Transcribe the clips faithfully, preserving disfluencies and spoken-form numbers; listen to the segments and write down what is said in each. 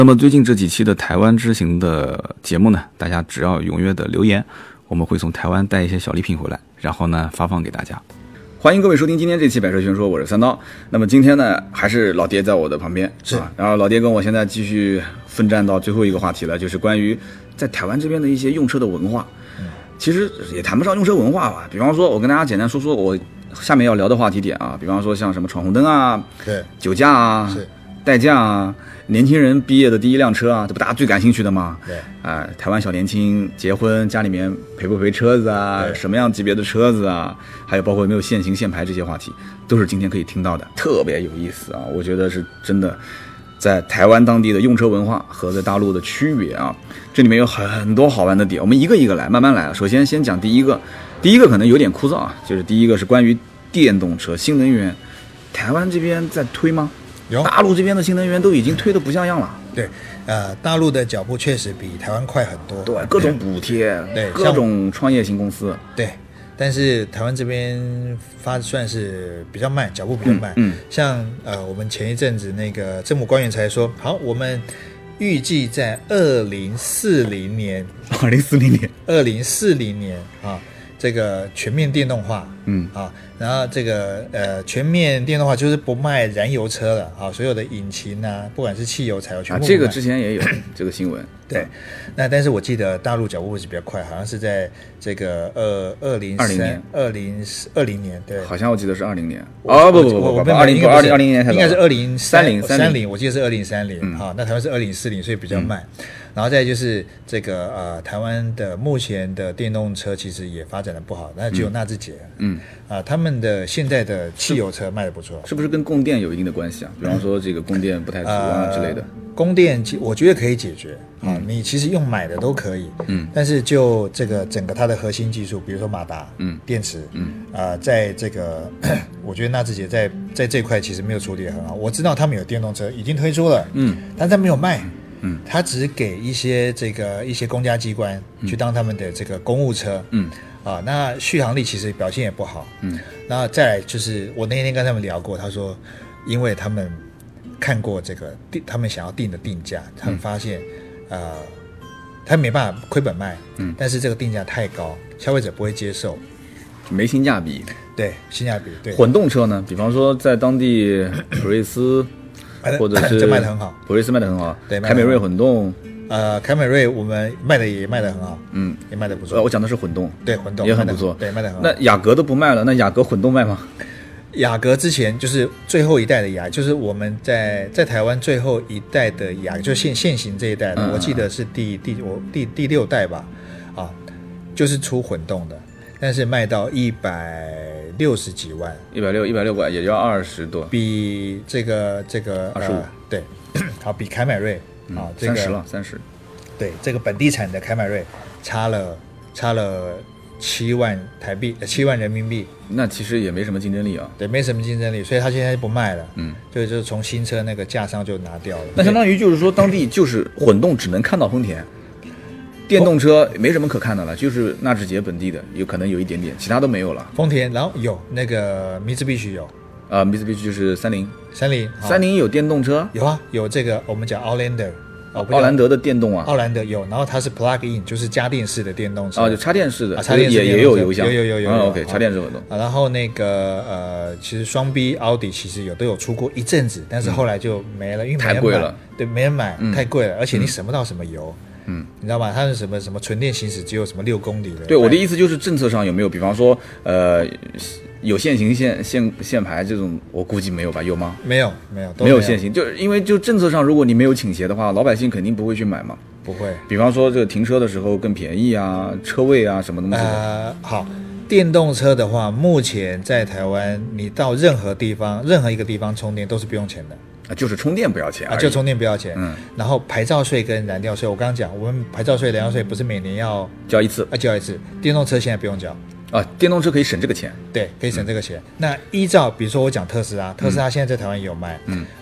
那么最近这几期的台湾之行的节目呢，大家只要踊跃的留言，我们会从台湾带一些小礼品回来，然后呢发放给大家。欢迎各位收听今天这期百车全说，我是三刀。那么今天呢，还是老爹在我的旁边， 是啊，然后老爹跟我现在继续奋战到最后一个话题了，就是关于在台湾这边的一些用车的文化。嗯，其实也谈不上用车文化吧，比方说，我跟大家简单说说我下面要聊的话题点啊，比方说像什么闯红灯啊， 对， 酒驾啊， 是代驾啊，年轻人毕业的第一辆车啊，这不大家最感兴趣的吗？ 对， 啊、呃，台湾小年轻结婚，家里面赔不赔车子啊？什么样级别的车子啊？还有包括有没有限行限牌这些话题，都是今天可以听到的，特别有意思啊！我觉得是真的，在台湾当地的用车文化和在大陆的区别啊，这里面有很多好玩的点，我们一个一个来，慢慢来。首先先讲第一个，第一个可能有点枯燥啊，就是第一个是关于电动车、新能源，台湾这边在推吗？ 有， 大陆这边的新能源都已经推得不像样了。 对，呃，大陆的脚步确实比台湾快很多。 对，各种补贴， 对， 各种创业型公司。 对，但是台湾这边发算是比较慢，脚步比较慢。 嗯，嗯像呃，我们前一阵子那个政府官员才说，好，我们预计在二零四零年， 二零四零年， 二零四零年啊。这个全面电动化， 嗯啊，然后这个呃全面电动化就是不卖燃油车了啊，所有的引擎啊，不管是汽油、柴油，全部不卖。 啊，这个之前也有这个新闻。 对，那但是我记得大陆脚步是比较快，好像是在这个二二零二零年、 二零二零年，对， 好像我记得是二零年。哦不不不不不，二零二零二零年才应该是二零三零三零，我记得是二零三零。好，那台湾是二零四零，所以比较慢。嗯然后再就是这个呃，台湾的目前的电动车其实也发展的不好，那只有纳智捷，嗯啊、呃，他们的现在的汽油车卖的不错， 是不是跟供电有一定的关系啊？比方说这个供电不太足啊之类的。 呃、供电我觉得可以解决啊、嗯，你其实用买的都可以，嗯，但是就这个整个它的核心技术，比如说马达，嗯，电池，嗯啊、呃，在这个我觉得纳智捷在在这块其实没有处理得很好。我知道他们有电动车已经推出了，嗯，但他没有卖。嗯，他只给一些这个一些公家机关去当他们的这个公务车，嗯，啊，那续航力其实表现也不好，嗯，然后再来就是我那天跟他们聊过，他说，因为他们看过这个定，他们想要定的定价，他们发现，嗯、呃，他没办法亏本卖，嗯，但是这个定价太高，消费者不会接受， 没性价比， 对，性价比，对， 混动车呢，比方说在当地普锐斯。或者是这卖得很好， 普锐斯卖得很好， 对， 凯美瑞混动， 呃，凯美瑞我们卖的也卖得很好，嗯，也卖得不错。 呃，我讲的是混动， 对，混动也很不错， 对，卖得很好。 那雅阁都不卖了，那雅阁混动卖吗？ 雅阁之前就是最后一代的雅，就是我们在在台湾最后一代的雅，就现现行这一代的，嗯、我记得是第第我第第六代吧，啊，就是出混动的，但是卖到一百六十几万， 一百六一百六万，也就二十多， 比这个这个二十五， 对，好，比凯美瑞啊，这个三十了，三十， 对，这个本地产的凯美瑞差了差了七万台币，七万人民币， 那其实也没什么竞争力啊， 对，没什么竞争力，所以他现在不卖了，嗯，所以就从新车那个架上就拿掉了。 那相当于就是说，当地就是混动只能看到丰田。电动车没什么可看的了，就是纳智捷本地的有可能有一点点，其他都没有了。 丰田，然后有那个米兹必须有， 啊，米兹必须就是三菱， 三菱， 三菱有电动车， 有啊，有这个我们讲奥兰德， 哦，奥兰德的电动啊， 奥兰德有，然后它是 plug in， 就是家电式的电动车， 哦，就插电式的， 啊、插电式也也有油箱， 有有有有有、 哦、，OK， 插电式混动、 啊。然后那个呃，其实双 B 奥迪其实有都有出过一阵子，但是后来就没了，嗯、因为没人买太贵了， 对，没人买， 嗯、 太贵了，而且你省不到什么油。嗯，你知道吗？它是什么什么纯电行驶只有什么六公里的？ 对，我的意思就是政策上有没有，比方说，呃，有限行限限限牌这种，我估计没有吧？有吗？ 没有，没有， 没有限行，就是因为就政策上，如果你没有倾斜的话，老百姓肯定不会去买嘛。 不会。 比方说这个停车的时候更便宜啊，车位啊什么东西的。 呃，好，电动车的话，目前在台湾，你到任何地方，任何一个地方充电都是不用钱的。 就是充电不要钱啊，就充电不要钱。 嗯， 然后牌照税跟燃料税，我刚刚讲，我们牌照税、燃料税不是每年要交一次啊，交一次。电动车现在不用交啊，电动车可以省这个钱。 对，可以省这个钱。嗯、那依照比如说我讲特斯拉，特斯拉现在在台湾也有卖，嗯，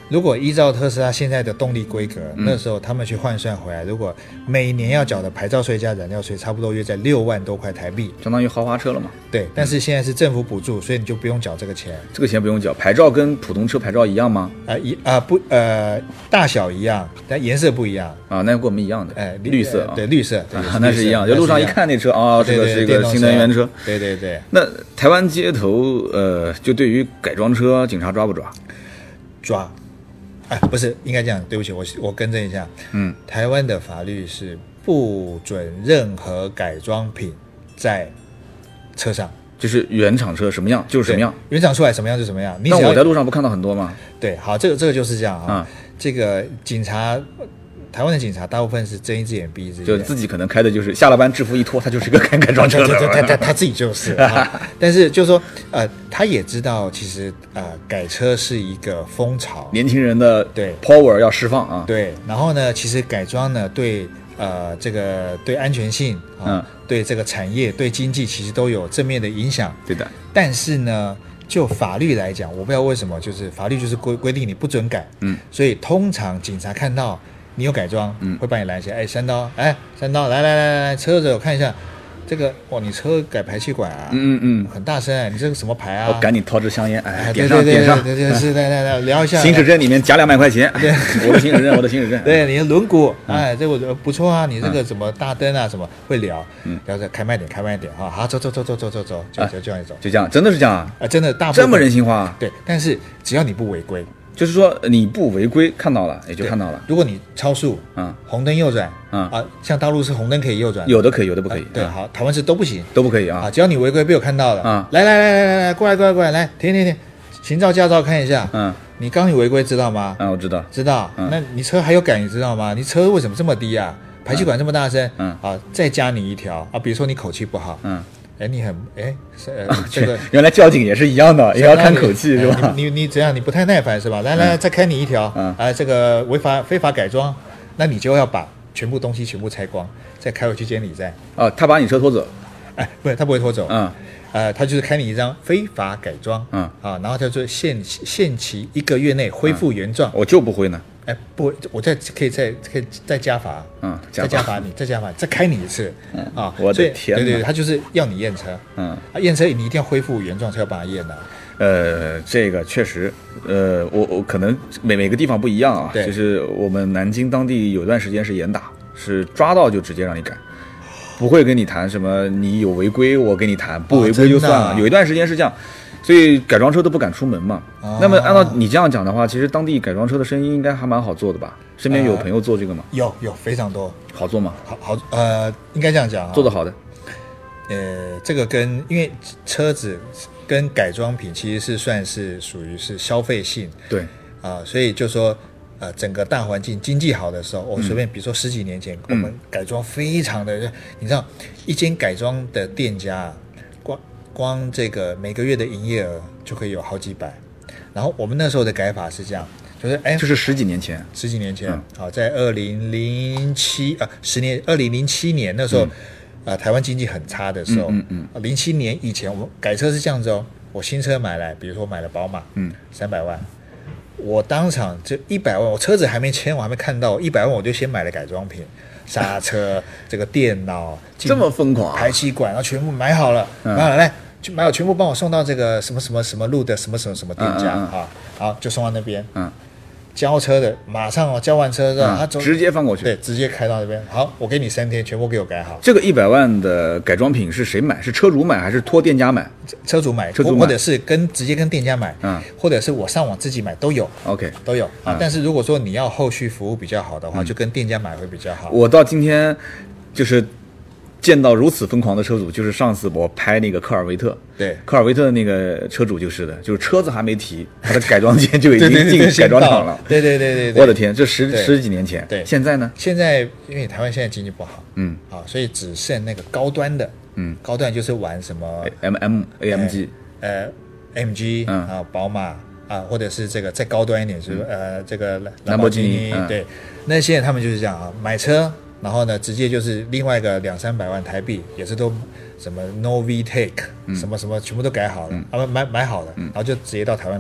如果依照特斯拉现在的动力规格，嗯、那时候他们去换算回来，如果每年要缴的牌照税加燃料税，差不多约在六万多块台币， 相当于豪华车了嘛。 对，但是现在是政府补助，所以你就不用缴这个钱。 这个钱不用缴，牌照跟普通车牌照一样吗？ 啊、呃，一啊、呃、不呃大小一样，但颜色不一样啊，那跟我们一样的， 哎、呃， 绿色、啊呃，对，绿色，对啊，那是一样，就路上一看那车啊，这个是一个新能源车， 对对对。 那台湾街头呃，就对于改装车，警察抓不抓？ 抓。哎，不是，应该这样，对不起，我我更正一下。嗯，台湾的法律是不准任何改装品在车上， 就是原厂车什么样就是什么样， 原厂出来什么样就什么样。 那我在路上不看到很多吗？ 对，好，这个这个就是这样啊。 嗯、 这个警察。台湾的警察大部分是睁一只眼闭一只眼， 就自己可能开的就是下了班制服一脱，他就是一个改改装车的， 对对对，他他他自己就是。啊、但是就是说，呃，他也知道其实呃改车是一个风潮， 年轻人的对 power 要释放啊。 对，然后呢，其实改装呢对呃这个对安全性啊、嗯，对这个产业对经济其实都有正面的影响。 对的。 但是呢，就法律来讲，我不知道为什么，就是法律就是规规定你不准改，嗯，所以通常警察看到你有改装，嗯，会把你拦下，哎，三刀，哎，三刀，来来来来来，车子我看一下，这个，哇，你车改排气管啊， 嗯嗯， 很大声、啊，你这个什么牌啊？ 我赶紧掏支香烟，哎， 点上点上， 对对对，是，来来来，聊一下。 行驶证里面加两百块钱，对，我的行驶证，我的行驶证， 对，你的轮毂，哎，这个不错啊，你这个什么大灯啊，什么会聊，嗯，聊着开慢点，开慢点，哈，好，走走走走走走走，就就这样走， 就这样，真的是这样啊， 啊，真的大部分这么人性化， 对，但是只要你不违规。 就是说你不违规看到了也就看到了， 如果你超速，嗯，红灯右转，嗯啊，像大陆是红灯可以右转， 有的可以，有的不可以， 啊、对，好，台湾是都不行， 都不可以啊， 啊，只要你违规被我看到了，啊，来来来来来来，过来过来过来，来停停停，行照驾照看一下，嗯，你刚你违规知道吗？ 嗯，我知道， 知道，嗯、那你车还有改你知道吗？你车为什么这么低啊？排气管这么大声，嗯，啊，再加你一条啊，比如说你口气不好，嗯。哎，你很哎，呃，这个原来交警也是一样的，也要看口气是吧？ 你你你怎样？你不太耐烦是吧？来来，再开你一条，啊，这个违法非法改装，那你就要把全部东西全部拆光，再开回去监理站。 哦，他把你车拖走？ 哎，不是，他不会拖走，嗯，呃，他就是开你一张非法改装，嗯，啊，然后他说限限期一个月内恢复原状。 我就不会呢。 哎，不，我再可以再可以再加罚，嗯，再加罚你，再加罚，再开你一次，嗯啊， 我的天， 对对，他就是要你验车，嗯，啊，验车你一定要恢复原状才要把它验的。 呃，这个确实，呃，我我可能每每个地方不一样啊，就是我们南京当地有段时间是严打，是抓到就直接让你改，不会跟你谈什么你有违规我跟你谈，不违规就算了，哦啊、有一段时间是这样。所以改装车都不敢出门嘛。哦、那么按照你这样讲的话，其实当地改装车的生意应该还蛮好做的吧？身边有朋友做这个吗？ 呃、有有非常多。 好做吗？ 好好呃，应该这样讲啊。 做得好的。 呃，这个跟因为车子跟改装品其实是算是属于是消费性。 对。 啊、呃，所以就说呃，整个大环境经济好的时候，我、哦、随便比如说十几年前，嗯、我们改装非常的，你知道，一间改装的店家。光这个每个月的营业额就可以有好几百，然后我们那时候的改法是这样，就是哎， 就是十几年前， 十几年前，好、嗯，在二零零七啊，十年，二零零七年那时候，啊、嗯呃，台湾经济很差的时候，嗯嗯，零、嗯、七年以前我们改车是这样子哦，我新车买来，比如说买了宝马，嗯，三百万，我当场就一百万，我车子还没签，我还没看到一百万，我就先买了改装品。刹车，这个电脑， 这么疯狂、啊， 排气管，然后全部买好了，嗯、买好了，来，就买好，全部帮我送到这个什么什么什么路的什么什么什么店家啊、嗯嗯，好，就送到那边，嗯，交车的马上哦，交完车之后，他、 嗯、直接放过去， 对，直接开到那边，好，我给你三天，全部给我改好。 这个一百万的改装品是谁买？是车主买还是托店家买？ 车主买， 车主买， 或者是跟直接跟店家买，嗯，或者是我上网自己买都有 ，OK， 都有啊、嗯。但是如果说你要后续服务比较好的话，嗯、就跟店家买会比较好。 我到今天就是见到如此疯狂的车主，就是上次我拍那个科尔维特， 对， 科尔维特的那个车主就是的，就是车子还没提，他的改装件就已经进改装厂了。 对对对 对, 对， 我的天，这十十几年前， 对， 现在呢？ 现在因为台湾现在经济不好，嗯，啊，所以只剩那个高端的，嗯，高端就是玩什么 M M A M G。 呃 ，M G 啊、嗯，宝马啊，或者是这个再高端一点，是、嗯、呃这个兰博基尼，嗯、对，那些人他们就是这样啊，买车，然后呢，直接就是另外一个两三百万台币，也是都什么 No V Take、嗯、什么什么全部都改好了，嗯、啊买买好了、嗯，然后就直接到台湾来，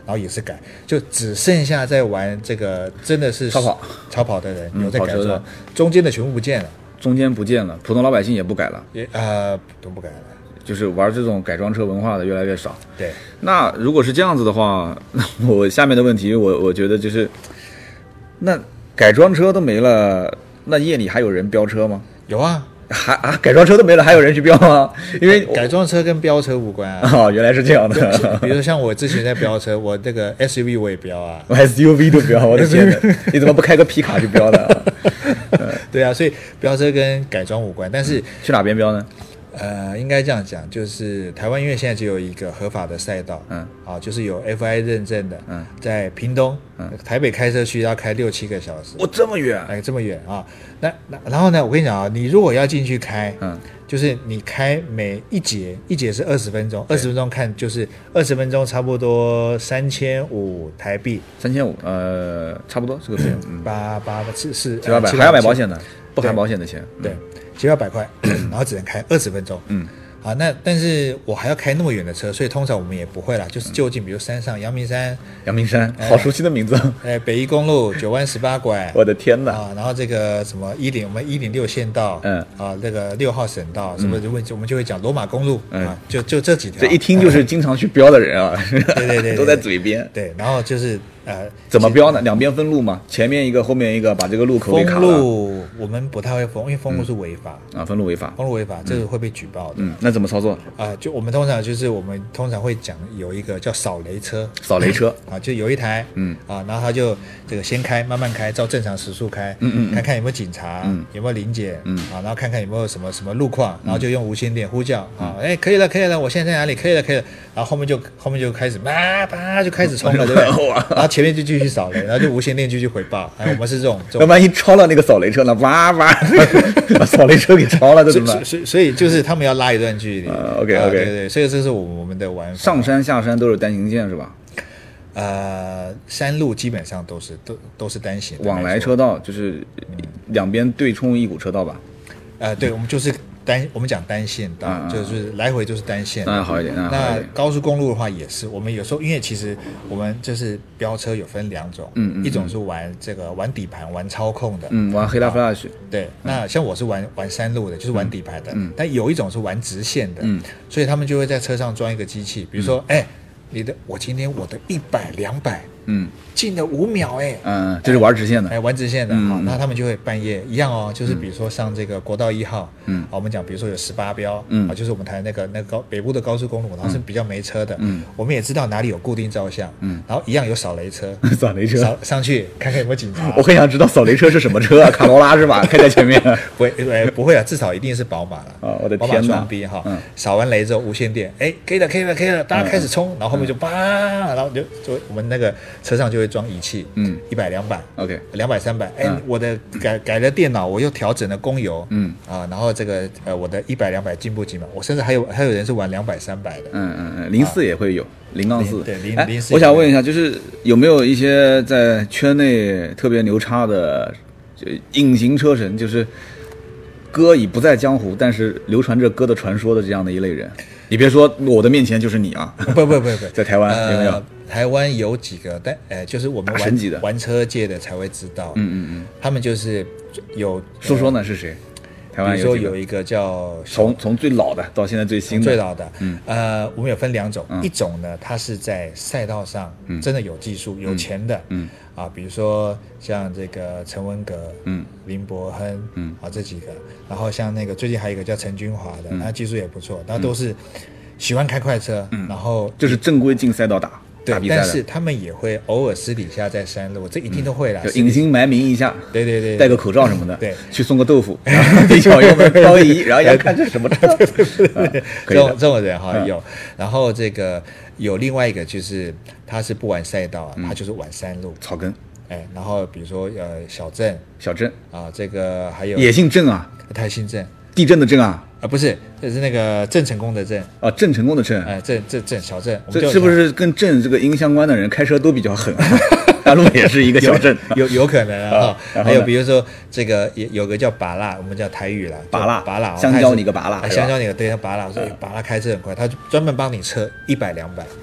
然后也是改，就只剩下在玩这个真的是超跑超跑的人有在改装， 嗯、 中间的全部不见了， 中间不见了，普通老百姓也不改了， 也呃都不改了。 就是玩这种改装车文化的越来越少。 对， 那如果是这样子的话，我下面的问题我我觉得就是，那改装车都没了，那夜里还有人飙车吗？ 有啊， 还啊，改装车都没了，还有人去飙吗？因为改装车跟飙车无关啊。 哦，原来是这样的。 比如说像我之前在飙车，我这个 S U V 我也飙啊， 我 S U V 都飙，我的天哪！你怎么不开个皮卡去飙呢？ 对啊，所以飙车跟改装无关，但是、嗯、 去哪边飙呢？ 呃，应该这样讲，就是台湾因为现在只有一个合法的赛道，嗯，啊，就是有 F I 认证的，嗯，在屏东，嗯，台北开车去要开六七个小时， 哦，这么远， 哎，这么远啊，那那然后呢，我跟你讲啊，你如果要进去开，嗯，就是你开每一节，一节是二十分钟，二十分钟看就是二十分钟，差不多三千五台币， 三千五，呃，差不多这个费用， 嗯，八八是是七八百，还要买保险的，不含保险的钱， 对。七八百块，然后只能开二十分钟。嗯，好，那但是我还要开那么远的车，所以通常我们也不会啦，就是就近，比如山上阳明山， 阳明山，好熟悉的名字。 哎，北宜公路九弯十八拐， 我的天哪！ 啊，然后这个什么一点，我们一点六线道，嗯，啊，那个六号省道，什么就会我们就会讲罗马公路，啊，就就这几条。 这一听就是经常去飙的人啊， 对对对， 都在嘴边。 对，然后就是呃， 怎么标呢？两边分路嘛，前面一个，后面一个，把这个路口给卡了。 封路我们不太会封，因为封路是违法、 嗯、啊，封路违法， 封路违法，这个会被举报的。 嗯，那怎么操作？ 啊、呃，就我们通常就是我们通常会讲有一个叫扫雷车， 扫雷车啊，就有一台，嗯啊，然后他就这个先开，慢慢开，照正常时速开，嗯嗯，看看有没有警察，嗯，有没有临检，嗯啊，然后看看有没有什么什么路况，然后就用无线电呼叫，啊，哎，可以了，可以了，我现在在哪里？可以了，可以了，然后后面就后面就开始叭叭就开始冲了，对不对？然后前面就继续扫。然后就无线电继续回报，哎，我们是这种， 那万一超了那个扫雷车呢？哇哇，把扫雷车给超了，这怎么办？ 所以所以就是他们要拉一段距离。 呃、OK OK，、 啊、对对，所以这是我们的玩法。 上山下山都是单行线是吧？ 呃，山路基本上都是都都是单行。 往来车道就是两边对冲一股车道吧？ 呃，对，我们就是单，我们讲单线道，嗯、就是来回就是单线。 那好一点，那好一点。 那高速公路的话也是，我们有时候因为其实我们就是飙车有分两种，嗯嗯，一种是玩这个玩底盘、玩操控的， 嗯，玩黑拉 flash。 对，那像我是玩玩山路的，就是玩底盘的，嗯，但有一种是玩直线的，嗯，所以他们就会在车上装一个机器，比如说，哎、嗯。你的我今天我的一百两百，嗯，进了五秒、欸，哎， 嗯，这是玩直线的， 哎，玩直线的，好、嗯，那他们就会半夜一样哦，就是比如说上这个国道一号，嗯，我们讲比如说有十八标，嗯，啊，就是我们台那个那个高北部的高速公路，然后是比较没车的，嗯，我们也知道哪里有固定照相，嗯，然后一样有扫雷车， 扫雷车， 扫上去看看有没有警察。 我很想知道扫雷车是什么车啊？卡罗拉是吧？开在前面， 不会，哎，不会啊，至少一定是宝马了， 啊，我的天哪，宝马双 B 哈，扫完雷之后无线电，哎，可以了，可以了，可以了，大家开始冲，然后后面就叭。然后就就我们那个车上就会装仪器，嗯，一百两百 ，OK， 两百三百，哎，我的改改了电脑，我又调整了供油，嗯啊，然后这个呃我的一百两百进步几秒，我甚至还有还有人是玩两百三百的， 嗯嗯嗯，零四也会有零杠四， 对零零四。 我想问一下，就是有没有一些在圈内特别牛叉的就隐形车神，就是歌已不在江湖，但是流传着歌的传说的这样的一类人？你别说我的面前就是你啊！ 不不不不， 在台湾有没有？呃、 台湾有几个，但呃，就是我们玩玩车界的才会知道。嗯嗯嗯，他们就是有说说呢是谁？台湾有比如说有一个叫从从最老的到现在最新的， 最老的，嗯呃，我们有分两种，嗯、一种呢，它是在赛道上真的有技术、嗯、有钱的，嗯啊，比如说像这个陈文革，嗯，林柏亨，嗯啊这几个，然后像那个最近还有一个叫陈君华的，他、嗯、技术也不错，然后都是喜欢开快车，嗯、然后就是正规进赛道打。 对，但是他们也会偶尔私底下在山路，这一定都会啦， 就隐姓埋名一下， 对对对， 戴个口罩什么的， 对， 去送个豆腐，然后给小友们漂移，然后要看这什么车， 这种这种人哈有，然后这个有另外一个就是他是不玩赛道啊，他就是玩山路， 草根， 哎，然后比如说呃小郑， 小郑啊，这个还有也姓郑啊， 他姓郑， 地震的震啊。 啊，不是，这是那个郑成功的郑啊，郑成功的郑， 哎，郑郑郑小郑， 这是不是跟郑这个音相关的人开车都比较狠？大陆也是一个小郑， 有有可能啊。还有比如说这个也有个叫拔辣，我们叫台语啦， 拔辣拔辣， 香蕉你个拔辣， 香蕉你个对，他拔辣，所以拔辣开车很快，他就专门帮你测一百两百，嗯，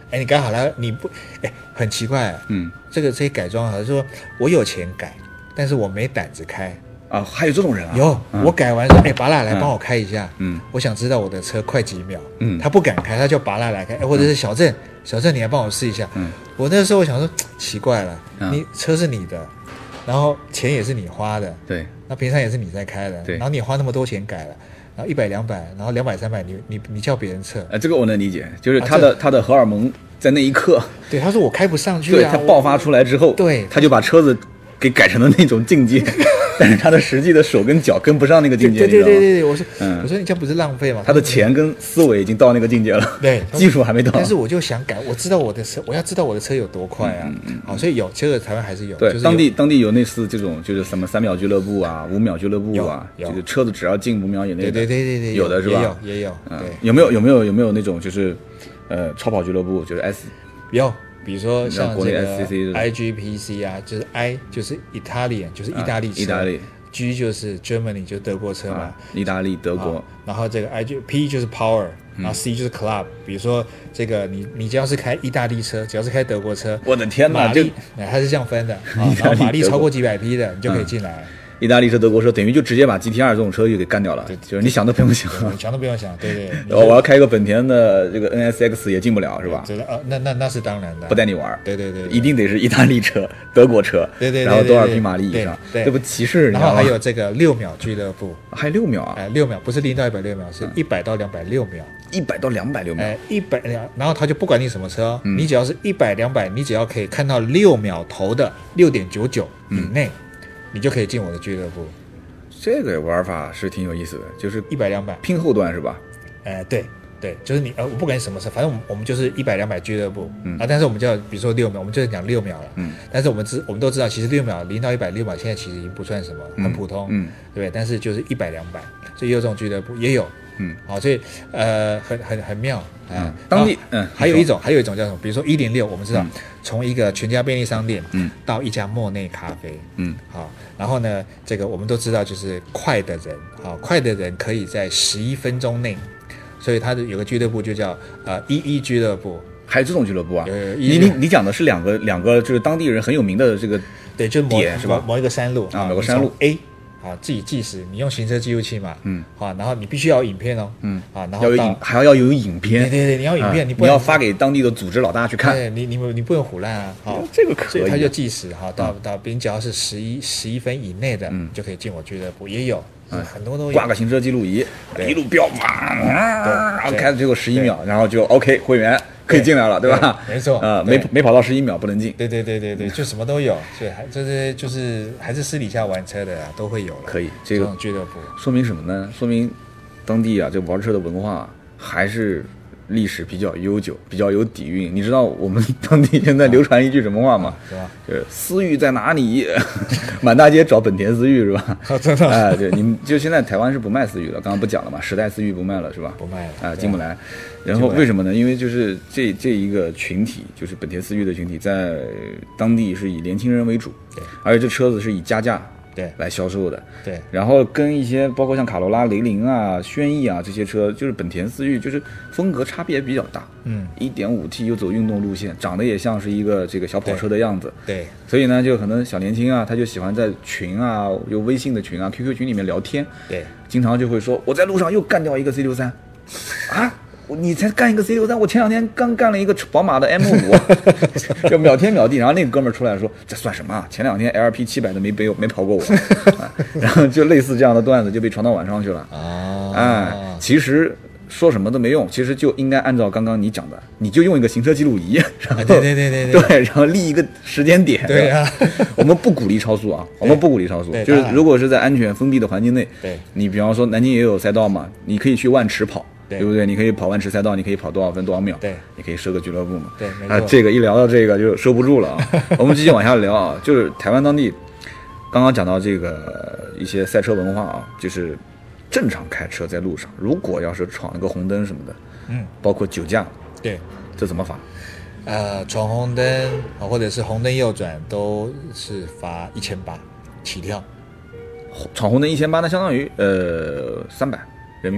哎，你改好了，你不，哎，很奇怪、啊， 嗯， 这个这些改装好像说我有钱改，但是我没胆子开。 啊，还有这种人啊？ 有， 嗯、 我改完说，哎，拔蜡来帮我开一下， 嗯， 我想知道我的车快几秒， 嗯， 他不敢开，他叫拔蜡来开，或者是小郑，小郑你来帮我试一下， 嗯， 我那时候我想说，奇怪了， 嗯、 你车是你的，然后钱也是你花的， 对， 那平常也是你在开的， 对， 然后你花那么多钱改了。然后一百两百，然后两百三百，你你你叫别人测， 呃，这个我能理解，就是他的、啊、他的荷尔蒙在那一刻， 对，他说我开不上去、啊， 对他爆发出来之后， 对， 他就把车子给改成了那种境界，但是他的实际的手跟脚跟不上那个境界， 对对对对对，我说， 嗯， 我说你这样不是浪费吗？ 他的钱跟思维已经到那个境界了， 对， 技术还没到， 但是我就想改，我知道我的车，我要知道我的车有多快啊， 嗯嗯， 好，所以有这个台湾还是有， 对， 就是、 当地当地有类似这种，就是什么三秒俱乐部啊，五秒俱乐部啊， 有就是车子只要进五秒以内的， 对对对对对， 有的是吧？ 也有也有， 嗯， 对， 有没有有没有有没有那种就是呃超跑俱乐部，就是 S 有。比如说像这个 S C C I G P C 啊，就是 I 就是 Italian 就是意大利车， 意大利 G 就是 Germany 就是德国车嘛， 啊、意大利德国， 然后这个 I G P 就是 Power， 然后 C 就是 Club、嗯。比如说这个你你只要是开意大利车，只要是开德国车， 我的天哪， 马力它是这样分的，然后马力超过几百匹的你就可以进来。 嗯意大利车、德国车，等于就直接把 G T R 这种车就给干掉了，就是你想都不用想， 想都不用想，对对。 我我要开一个本田的这个 N S X 也进不了，是吧？ 呃，那那那是当然的， 不带你玩。 对对 对, 对， 一定得是意大利车、德国车， 对 对, 对, 对, 对， 然后多少匹马力以上， 对， 这不歧视？ 然后还有这个六秒俱乐部， 还有六秒啊？ 哎，六秒不是零到一百六秒，是一百到两百六秒， 一百到两百六秒， 哎，一百，然后他就不管你什么车，嗯、你只要是一百两百，你只要可以看到六秒头的六点九九以内、嗯，你就可以进我的俱乐部。 这个玩法是挺有意思的，就是一百两百拼后段是吧？ 呃，对对，就是你呃，我不管你什么车，反正我们我们就是一百两百俱乐部、嗯、啊，但是我们叫比如说六秒，我们就是讲六秒了，嗯，但是我们知我们都知道，其实六秒零到一百六秒现在其实已经不算什么，很普通，嗯，对不对？但是就是一百两百，所以也有这种俱乐部也有，嗯，好，所以呃，很很很妙啊、嗯。 当地嗯， 还有一种还有一种叫什么？比如说一零六，我们知道、嗯、从一个全家便利商店，嗯，到一家莫内咖啡，嗯，好。然后呢，这个我们都知道，就是快的人，好，快的人可以在十一分钟内，所以他的有个俱乐部就叫呃一一俱乐部， 还有这种俱乐部啊？ 有有你你你讲的是两个两个就是当地人很有名的这个对，就点是吧？ 某一个山路啊，某个山路 A。啊，自己计时，你用行车记录器嘛，嗯，好，然后你必须要有影片哦，嗯，啊，然后要有影，还要有影片， 对对对，你要影片， 啊、 你不你要发给当地的组织老大去看， 对，你你你不能唬烂啊，好， 这个可以， 所以他就计时哈，到到，你只要是十一十一分以内的，嗯，就可以进我俱乐部，也有，嗯，很多都有， 挂个行车记录仪，一路飙，然后开了只有十一秒，然后就 OK 会员。可以进来了，对吧？ 对没错， 啊、呃，没没跑到十一秒不能进。 对对对对对，就什么都有，所以还就是就是还是私底下玩车的啊，都会有了。 可以，这个俱乐部说明什么呢？说明当地啊，这玩车的文化还是历史比较悠久，比较有底蕴。你知道我们当地现在流传一句什么话吗？ 是吧？ 就是思域在哪里？满大街找本田思域是吧？ 啊，真的？ 哎，对，你们就现在台湾是不卖思域了，刚刚不讲了嘛？时代思域不卖了是吧？ 不卖了， 啊，进不来。然后为什么呢？因为就是这这一个群体，就是本田思域的群体，在当地是以年轻人为主， 对， 而且这车子是以加价对来销售的， 对。 然后跟一些包括像卡罗拉、雷凌啊、轩逸啊这些车，就是本田思域，就是风格差别比较大，嗯 ，一点五 T 又走运动路线，长得也像是一个这个小跑车的样子， 对。对所以呢，就可能小年轻啊，他就喜欢在群啊，有微信的群啊、Q Q 群里面聊天， 对， 经常就会说我在路上又干掉一个 C 六十三，啊。你才干一个 C 六十三，我前两天刚干了一个宝马的 M 五，就秒天秒地。然后那个哥们儿出来说：“这算什么啊？前两天 L P 七百的没没没跑过我。啊”然后就类似这样的段子就被传到网上去了。 哦， 哎，其实说什么都没用，其实就应该按照刚刚你讲的，你就用一个行车记录仪，然后对对对对对，对，然后立一个时间点。 对啊， 我们不鼓励超速啊，我们不鼓励超速，就是如果是在安全封闭的环境内， 对， 你比方说南京也有赛道嘛，你可以去万池跑。 对, 对不对？你可以跑万池赛道，你可以跑多少分多少秒？ 对， 你可以设个俱乐部嘛？ 对，没错。 啊，这个一聊到这个就收不住了啊！我们继续往下聊啊，就是台湾当地刚刚讲到这个一些赛车文化啊，就是正常开车在路上，如果要是闯了个红灯什么的，嗯，包括酒驾， 对， 这怎么罚？ 呃，闯红灯或者是红灯右转都是罚一千八起跳。 闯红灯一千八，那相当于呃三百人民币。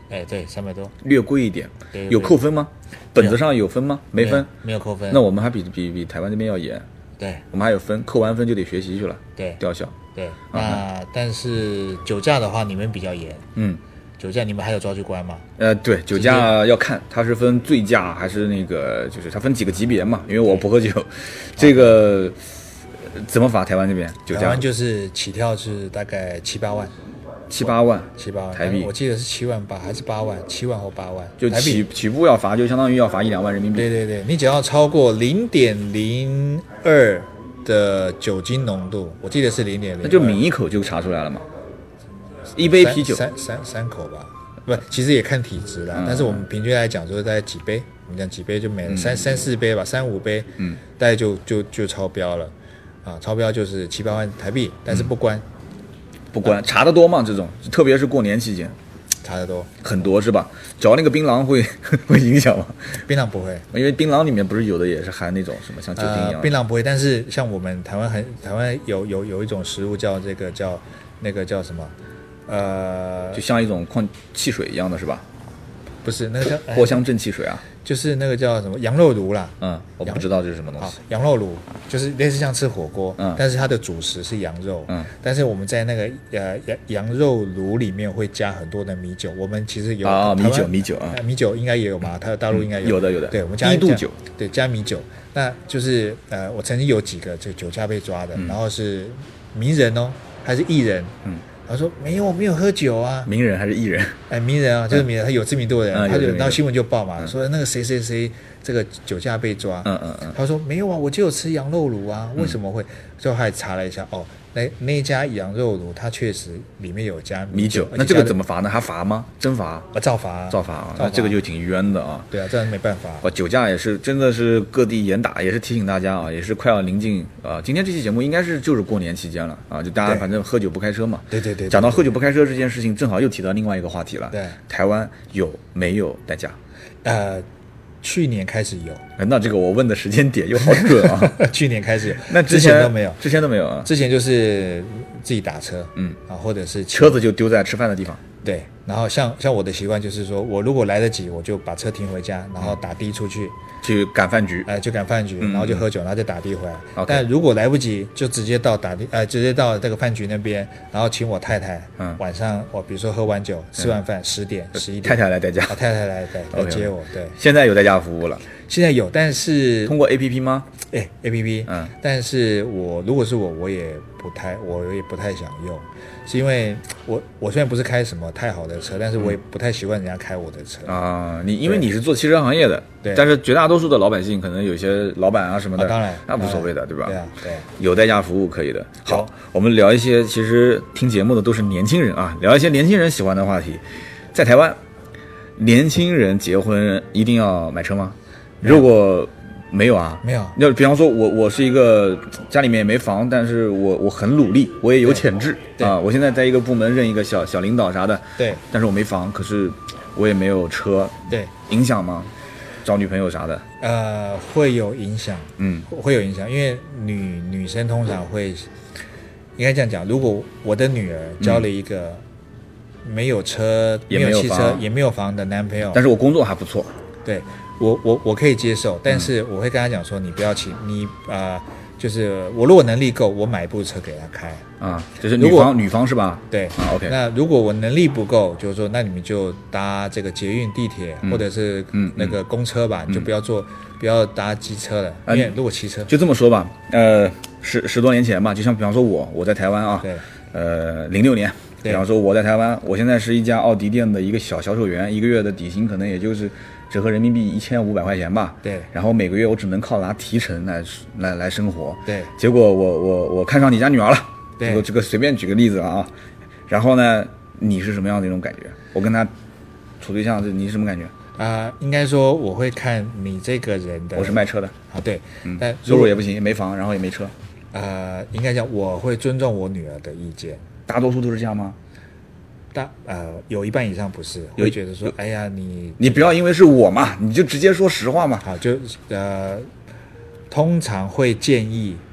哎，对，三百多， 略贵一点。 对对对， 有扣分吗？本子上有分吗？没分， 没有扣分。 那我们还比比比台湾这边要严。 对， 我们还有分，扣完分就得学习去了。 对， 吊销。 对，那、嗯、但是酒驾的话，你们比较严。 嗯， 酒驾你们还有抓去关吗？ 呃，对，酒驾要看它是分醉驾还是那个，就是它分几个级别嘛。因为我不喝酒，这个怎么罚？台湾这边酒驾？ 台湾就是起跳是大概七八万。 七八万， 七八万台币， 我记得是七万八还是八万？七万或八万， 就起起步要罚，就相当于要罚一两万人民币。 对对对，你只要超过零点零二的酒精浓度，我记得是零点零， 那就抿一口就查出来了嘛。一杯啤酒， 三三三口吧，不，其实也看体质啦。嗯、但是我们平均来讲，就是大概几杯，我们讲几杯就没了，嗯、三三四杯吧，三五杯，嗯，大概就就就超标了，啊，超标就是七八万台币，但是不关。嗯不关，查得多吗？这种，特别是过年期间， 查得多， 很多是吧？嚼那个槟榔会会影响吗？ 槟榔不会， 因为槟榔里面不是有的也是含那种什么像酒精一样、呃。 槟榔不会，但是像我们台湾很台湾有有有一种食物叫这个叫那个叫什么？呃， 就像一种矿汽水一样的是吧？ 不是，那个叫藿香正气水啊。 就是那个叫什么羊肉炉啦， 嗯，我不知道这是什么东西。 羊肉炉就是类似像吃火锅，嗯，但是它的主食是羊肉，嗯，但是我们在那个呃羊羊肉炉里面会加很多的米酒，我们其实有啊米酒米酒啊， 米酒应该也有嘛，它的大陆应该有、 嗯、有的有的， 对，我们加低度酒， 对，加米酒，那就是呃我曾经有几个这酒驾被抓的，嗯、然后是名人哦，还是艺人，嗯。他说没有，没有喝酒啊。 名人还是艺人？ 哎，名人啊，就是名人，嗯、他有知名度的人，嗯、他就然后新闻就报嘛， 嗯、 说那个谁谁谁这个酒驾被抓。 嗯嗯嗯。 他说没有啊，我就有吃羊肉炉啊，为什么会？最后还查了一下，哦，那那家羊肉炉它确实里面有加米酒。那这个怎么罚呢？还罚吗？真罚？ 啊，照罚、啊， 照罚啊！那这个就挺冤的啊。 对啊，这没办法。 啊，酒驾也是真的是各地严打，也是提醒大家啊，也是快要临近啊。今天这期节目应该是就是过年期间了啊，就大家反正喝酒不开车嘛。 对对 对, 对。 讲到喝酒不开车这件事情，正好又提到另外一个话题了。 对。 台湾有没有代驾？ 呃。去年开始有， 那这个我问的时间点又好准啊！ 去年开始有， 那之前都没有， 之前都没有啊。 之前就是自己打车，嗯啊，或者是车子就丢在吃饭的地方。 对，然后像像我的习惯就是说，我如果来得及，我就把车停回家，然后打的出去， 去赶饭局， 哎、呃，就赶饭局， 嗯、 然后就喝酒，然后再打的回来。 Okay. 但如果来不及，就直接到打的，呃，直接到这个饭局那边，然后请我太太，嗯，晚上我比如说喝完酒，吃完饭十点、十一点， 太太来代驾， 啊，太太来来来接我，对。 现在有代驾服务了。 现在有，但是通过 A P P 吗？ 哎 ，A P P， 嗯，但是我如果是我，我也不太，我也不太想用，是因为我我虽然不是开什么太好的车，但是我也不太习惯人家开我的车啊。你因为你是做汽车行业的， 对， 但是绝大多数的老百姓可能有些老板啊什么的， 啊、当然那无所谓的，对吧？ 对啊，对， 有代驾服务可以的。好，我们聊一些其实听节目的都是年轻人啊，聊一些年轻人喜欢的话题。在台湾，年轻人结婚一定要买车吗？如果没有啊， 没有。 就比方说我我是一个家里面也没房，但是我我很努力，我也有潜质啊。我现在在一个部门任一个小小领导啥的， 对。 但是我没房，可是我也没有车， 对。 影响吗？找女朋友啥的？ 呃，会有影响， 嗯， 会有影响，因为女女生通常会，应该这样讲，如果我的女儿交了一个没有车、 嗯、 没有汽车、也没有房的男朋友， 但是我工作还不错， 对。我我我可以接受，但是我会跟他讲说，你不要骑，你啊、呃，就是我如果能力够，我买一部车给他开啊，就是女方女方是吧？ 对啊 ，OK。 那如果我能力不够，就是说，那你们就搭这个捷运、地铁、嗯、或者是那个公车吧，嗯、就不要坐，不要搭机车了，因为如果骑车， 就这么说吧，呃，十十多年前吧，就像比方说我我在台湾啊， 对， 呃，零六年。比方说我在台湾，我现在是一家奥迪店的一个小销售员，一个月的底薪可能也就是折合人民币一千五百块钱吧。 对。然后每个月我只能靠拿提成来来来生活。 对。 结果我我我看上你家女儿了。 对。 这个这个随便举个例子啊，然后呢，你是什么样的一种感觉？我跟他处对象，你是什么感觉？ 啊、呃，应该说我会看你这个人的。 我是卖车的啊，对， 嗯， 但收入也不行，没房，然后也没车。 呃，应该讲我会尊重我女儿的意见。 大多数都是这样吗？ 大呃，有一半以上不是，会觉得说，哎呀，你你不要因为是我嘛，你就直接说实话嘛。 好，就呃，通常会建议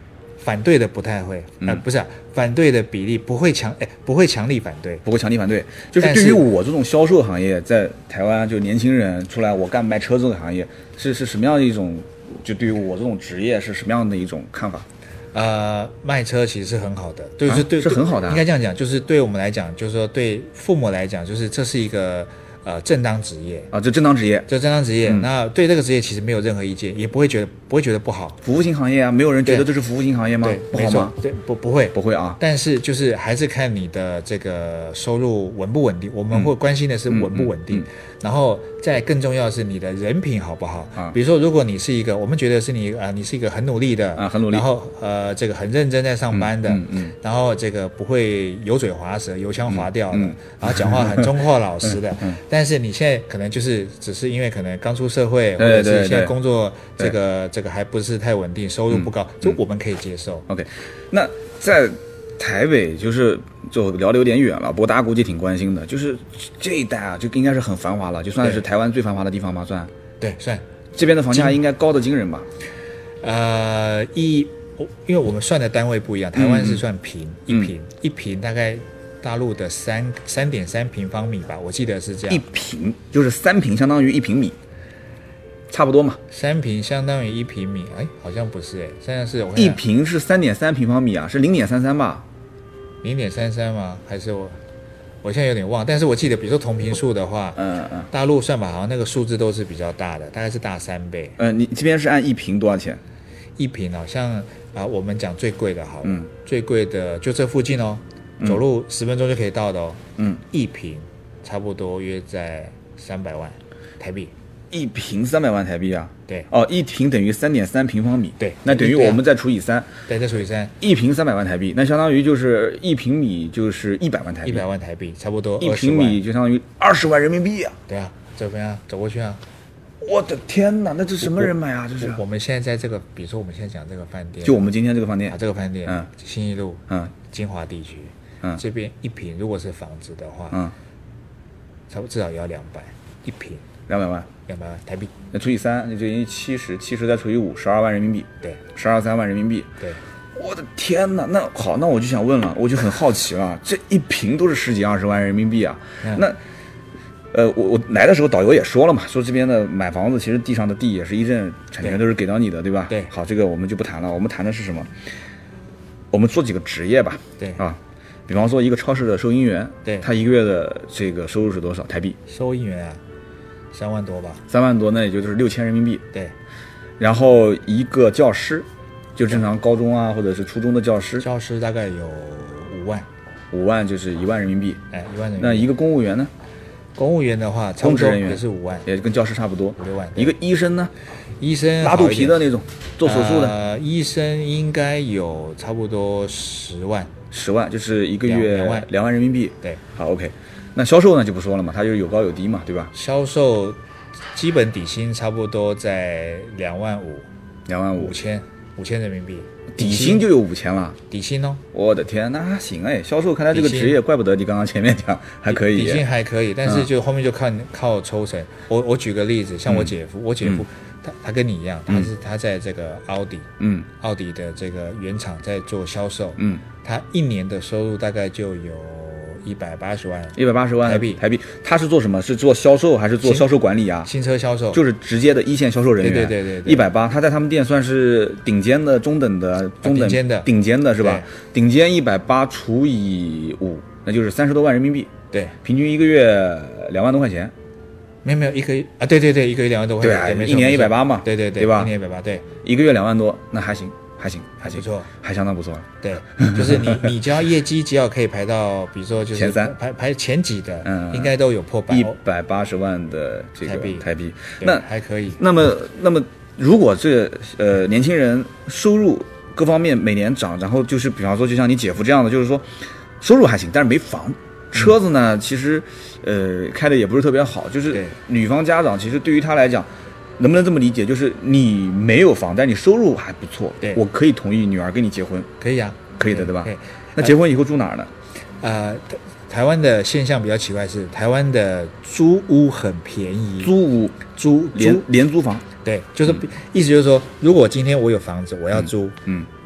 反对的不太会，嗯、呃，不是、啊，反对的比例不会强，哎，不会强力反对， 不会强力反对。就是对于我这种销售行业，在台湾就年轻人出来，我干卖车这个行业，是是什么样的一种？就对于我这种职业是什么样的一种看法？ 呃，卖车其实是很好的，对，啊、是对， 是很好的、啊。 应该这样讲，就是对我们来讲，就是说对父母来讲，就是这是一个。呃，正当职业啊，这正当职业， 这正当职业、嗯，那对这个职业其实没有任何意见，也不会觉得不会觉得不好。 服务型行业啊，没有人觉得这是服务型行业吗？ 对， 不好吗？ 对，不不会， 不会啊。 但是就是还是看你的这个收入稳不稳定，我们会关心的是稳不稳定，嗯嗯嗯、然后再更重要的是你的人品好不好啊。比如说，如果你是一个，我们觉得是你啊、呃，你是一个很努力的啊，很努力， 然后呃，这个很认真在上班的，嗯 嗯, 嗯，然后这个不会油嘴滑舌、油腔滑调的，嗯嗯、然后讲话很忠厚老实的，嗯嗯、但是你现在。可能就是只是因为可能刚出社会，或者是现在工作这个这个还不是太稳定，收入不高，这、嗯、我们可以接受。 OK， 那在台北就是就聊得有点远了，不过大家估计挺关心的，就是这一带啊，就应该是很繁华了，就算是台湾最繁华的地方吧，算。 对，算。 这边的房价应该高得惊人吧？ 呃，一，因为我们算的单位不一样，台湾是算坪，嗯、一坪、嗯、一坪大概。大陆的三三点三平方米吧，我记得是这样。 一平就是三平，相当于一平米，差不多嘛。 三平相当于一平米，哎，好像不是哎，现在是我一平是三点三平方米啊，是零点三三吧？ 零点三三吗？还是我我现在有点忘，但是我记得，比如说同平数的话，嗯嗯，大陆算法好像那个数字都是比较大的，大概是大三倍。 呃，你这边是按一平多少钱？ 一平好像啊、呃，我们讲最贵的好了，嗯，最贵的就这附近哦。走路十分钟就可以到的哦，嗯，一坪差不多约在三百万台币， 一坪三百万台币啊？ 对， 哦，一坪等于三点三平方米， 对， 那等于我们再除以三， 对，再除以三， 一坪三百万台币，那相当于就是一平米就是一百万台币， 一百万台币差不多， 一平米就相当于二十万人民币啊！ 对啊，这边啊，走过去啊。 我的天哪，那这什么人买啊？这是我们现在在这个，比如说我们现在讲这个饭店， 就我们今天这个饭店啊，这个饭店，嗯，信义路， 嗯， 金华地区。 嗯， 这边一坪如果是房子的话，嗯，差不多至少也要两百一坪， 两百万， 两百万台币， 那除以三，那就等于七十，七十再除以五，十二万人民币， 对， 十二三万人民币， 对， 我的天哪，那好，那我就想问了，我就很好奇了，这一坪都是十几二十万人民币啊，嗯、那，呃，我我来的时候导游也说了嘛，说这边的买房子其实地上的地也是一阵产权都是给到你的，对吧？ 对， 好，这个我们就不谈了，我们谈的是什么？我们做几个职业吧， 对啊。比方说一个超市的收银员， 对， 他一个月的这个收入是多少台币？ 收银员啊，三万多吧。 三万多，那也就是六千人民币。 对。 然后一个教师，就正常高中啊或者是初中的教师， 教师大概有五万， 五万就是一万人民币。 哎，一万人民币。 那一个公务员呢？ 公务员的话，差不多也是五万， 也跟教师差不多， 五六万。 一个医生呢？ 医生拉肚皮的那种，做手术的。 呃，医生应该有差不多十万。 十万就是一个月两万两万人民币。 对， 好 OK。那销售呢就不说了嘛，它就是有高有低嘛，对吧？ 销售基本底薪差不多在两万五， 两万五五千五千人民币， 底薪就有五千了。 底薪哦， 我的天，那还行哎。销售看来这个职业，怪不得你刚刚前面讲还可以。 底薪还可以，但是就后面就靠靠抽成。我我举个例子，像我姐夫，嗯、我姐夫。嗯他他跟你一样，他是、嗯、他在这个奥迪，嗯，奥迪的这个原厂在做销售，嗯，他一年的收入大概就有一百八十万， 一百八十万台币台币。他是做什么？是做销售还是做销售管理啊？ 新车销售， 就是直接的一线销售人员。 对对对对， 一百八，他在他们店算是顶尖的、中等的、中等、 顶尖的、 顶尖的是吧？顶尖一百八除以五，那就是三十多万人民币。 对， 平均一个月两万多块钱。 没有没有，一个月啊，对对对，一个月两万多块钱， 对啊，一年一百八嘛， 对对对， 对吧？ 一年一百八，对， 一个月两万多，那还行，还行，还行， 不错， 还相当不错。 对，就是你你只要业绩只要可以排到，比如说就是前三， 排排前几的，嗯，应该都有破百， 一百八十万的这个台币， 台币，那还可以。 那么那么，如果这呃年轻人收入各方面每年涨，然后就是比方说就像你姐夫这样的，就是说收入还行，但是没房。车子呢，其实，呃，开的也不是特别好。就是女方家长，其实对于他来讲，能不能这么理解？就是你没有房，但你收入还不错， 对， 我可以同意女儿跟你结婚。 可以啊， 可以的，对吧？ 可以。 那结婚以后住哪儿呢？ 呃，台湾的现象比较奇怪是，台湾的租屋很便宜。 租屋， 租廉廉租房。 对，就是、嗯、意思就是说，如果今天我有房子，我要租，嗯，嗯你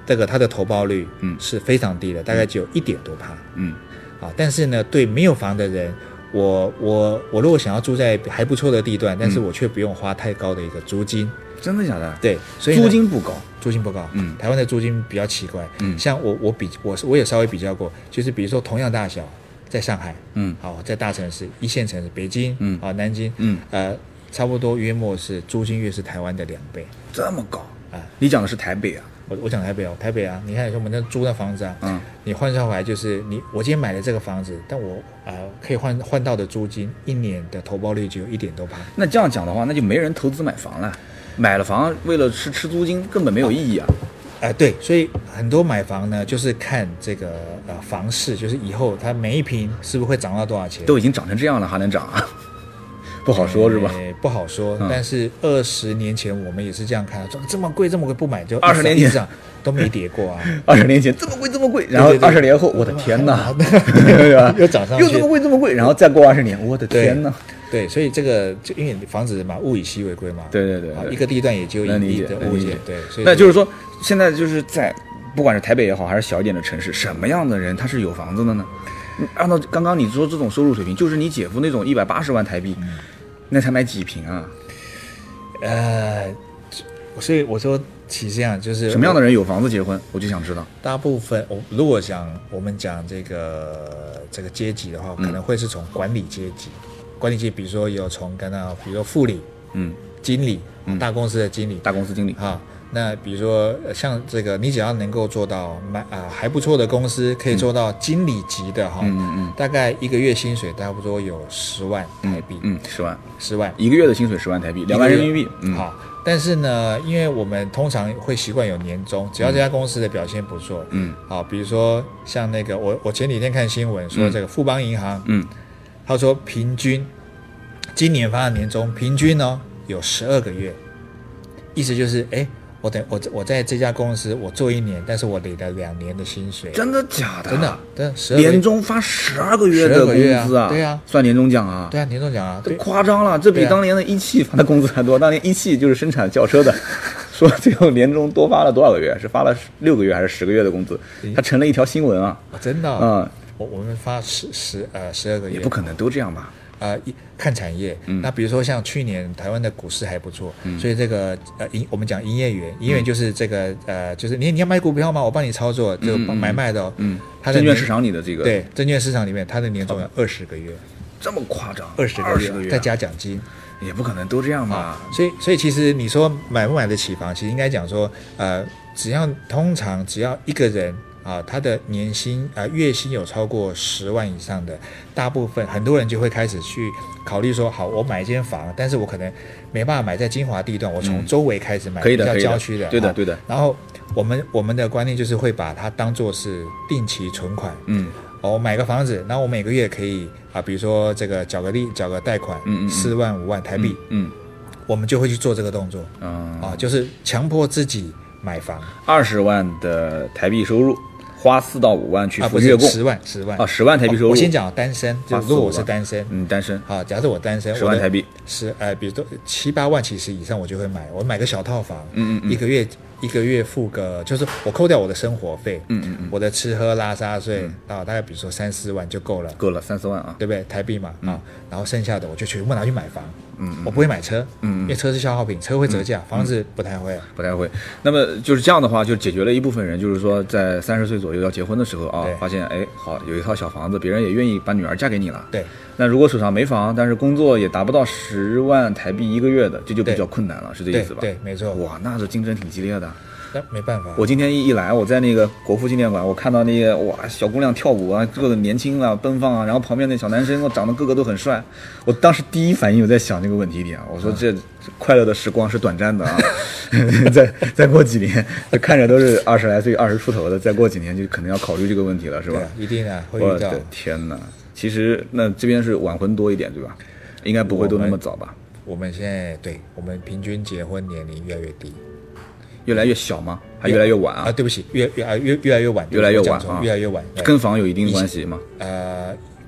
这个它的投报率嗯是非常低的，大概只有一点多趴。嗯，啊，但是呢，对没有房的人，我我我如果想要住在还不错的地段，但是我却不用花太高的一个租金。 真的假的？ 对，所以租金不高， 租金不高。嗯，台湾的租金比较奇怪。嗯，像我我比我我也稍微比较过，就是比如说同样大小，在上海，嗯，好，在大城市、一线城市，北京，嗯，啊，南京，嗯，呃，差不多约莫是租金约是台湾的两倍。 这么高啊？你讲的是台北啊？ 我我讲台北哦，台北啊，你看我们那租的房子啊，嗯，你换算回来就是你我今天买了这个房子，但我啊、呃、可以换换到的租金一年的投报率只有一点多趴。 那这样讲的话，那就没人投资买房了。买了房为了吃吃租金根本没有意义啊！ 啊、呃，对，所以很多买房呢，就是看这个呃房市，就是以后它每一平是不是会涨到多少钱？ 都已经涨成这样了，还能涨啊？不好说，是吧？ 呃、不好说。嗯、但是二十年前我们也是这样看，这么贵这么贵不买就二十年前都没跌过啊！ 二十年前这么贵这么贵，然后二十年后，我的天哪，对吧？ 又涨上去， 又这么贵这么贵，然后再过二十年，我的天哪！ 对，所以这个就因为房子嘛，物以稀为贵嘛。 对对 对, 对， 一个地段也就一亿的物件。对，所以那就是说，现在就是在不管是台北也好，还是小一点的城市，什么样的人他是有房子的呢？按照刚刚你说这种收入水平，就是你姐夫那种一百八十万台币，嗯、那才买几平啊？ 呃，所以我说，其实这样就是什么样的人有房子结婚，我就想知道。 大部分，我如果讲我们讲这个这个阶级的话，可能会是从管理阶级。嗯管理阶级，比如说有从跟到，比如说副理，嗯，经理，嗯，大公司的经理， 大公司经理哈。那比如说像这个，你只要能够做到买啊、呃、还不错的公司，可以做到经理级的哈，嗯嗯嗯，大概一个月薪水差不多有十万台币， 嗯，十、嗯、万， 十万， 一个月的薪水十万台币，两万人民币，嗯， 好。但是呢，因为我们通常会习惯有年终，只要这家公司的表现不错，嗯，好，比如说像那个我我前几天看新闻说这个富邦银行，嗯。他说平均今年发的年终平均呢有十二个月，意思就是哎，我等我我在这家公司我做一年，但是我领了两年的薪水。 真的假的？ 真的，真的， 年终发十二个月的工资啊？ 对啊， 算年终奖啊？ 对啊，年终奖啊， 这夸张了，这比当年的一汽发的工资还多。当年一汽就是生产轿车的，说最后年终多发了多少个月？是发了六个月还是十个月的工资？它成了一条新闻啊！ 真的， 嗯。 我我们发十十呃十二个月， 也不可能都这样吧？ 呃，看产业，嗯、那比如说像去年台湾的股市还不错，嗯、所以这个呃营我们讲营业员，营业员就是这个、嗯、呃就是你你要买股票吗？我帮你操作，就买卖的、哦，嗯， 它证券市场里的这个对证券市场里面，它的年终有二十个月， 这么夸张？ 二十个月，个月、啊、再加奖金， 也不可能都这样吧？ 啊、所以所以其实你说买不买得起房，其实应该讲说，呃，只要通常只要一个人。啊，他的年薪啊、呃，月薪有超过十万以上的，大部分很多人就会开始去考虑说，好，我买一间房，但是我可能没办法买在精华地段，我从周围开始买，比较郊区的， 对的，对的。 然后我们我们的观念就是会把它当作是定期存款，嗯，我、哦、买个房子，然后我每个月可以啊，比如说这个缴个利，缴个贷款，嗯嗯，四万五万台币，嗯，嗯我们就会去做这个动作，嗯、啊，就是强迫自己买房， 二十万的台币收入。花四到五万去付月供， 十万十万啊，十万台币收入。 我先讲单身，就如果我是单身， 嗯，单身， 好，假设我单身， 十万台币， 是呃，比如说七八万其实以上我就会买，我买个小套房，嗯嗯嗯，一个月一个月付个，就是我扣掉我的生活费，嗯嗯嗯，我的吃喝拉撒睡啊，大概比如说三四万就够了， 够了三四万啊， 对不对？台币嘛啊，然后剩下的我就全部拿去买房。嗯，我不会买车，嗯，因为车是消耗品，车会折价，嗯、房子不太会， 不太会。那么就是这样的话，就解决了一部分人，就是说在三十岁左右要结婚的时候啊，发现哎，好有一套小房子，别人也愿意把女儿嫁给你了。 对。 那如果手上没房，但是工作也达不到十万台币一个月的，这就比较困难了，是这意思吧？ 对，对没错。 哇，那这竞争挺激烈的。 那没办法， 我今天一一来，我在那个国父纪念馆，我看到那个哇小姑娘跳舞啊，个个年轻啊，奔放啊，然后旁边那小男生，我长得个个都很帅。我当时第一反应我在想这个问题点啊，我说这快乐的时光是短暂的啊，再再过几年，就看着都是二十来岁、二十出头的，再过几年就可能要考虑这个问题了，是吧？ 一定啊，会遇到。 我的天哪！其实那这边是晚婚多一点，对吧？应该不会都那么早吧？ 我们, 我们现在对我们平均结婚年龄越来越低。 越来越小吗？还越来越晚啊？ 啊，对不起，越越啊越越来越晚， 越来越晚啊， 越来越晚， 跟房有一定关系吗？ 呃，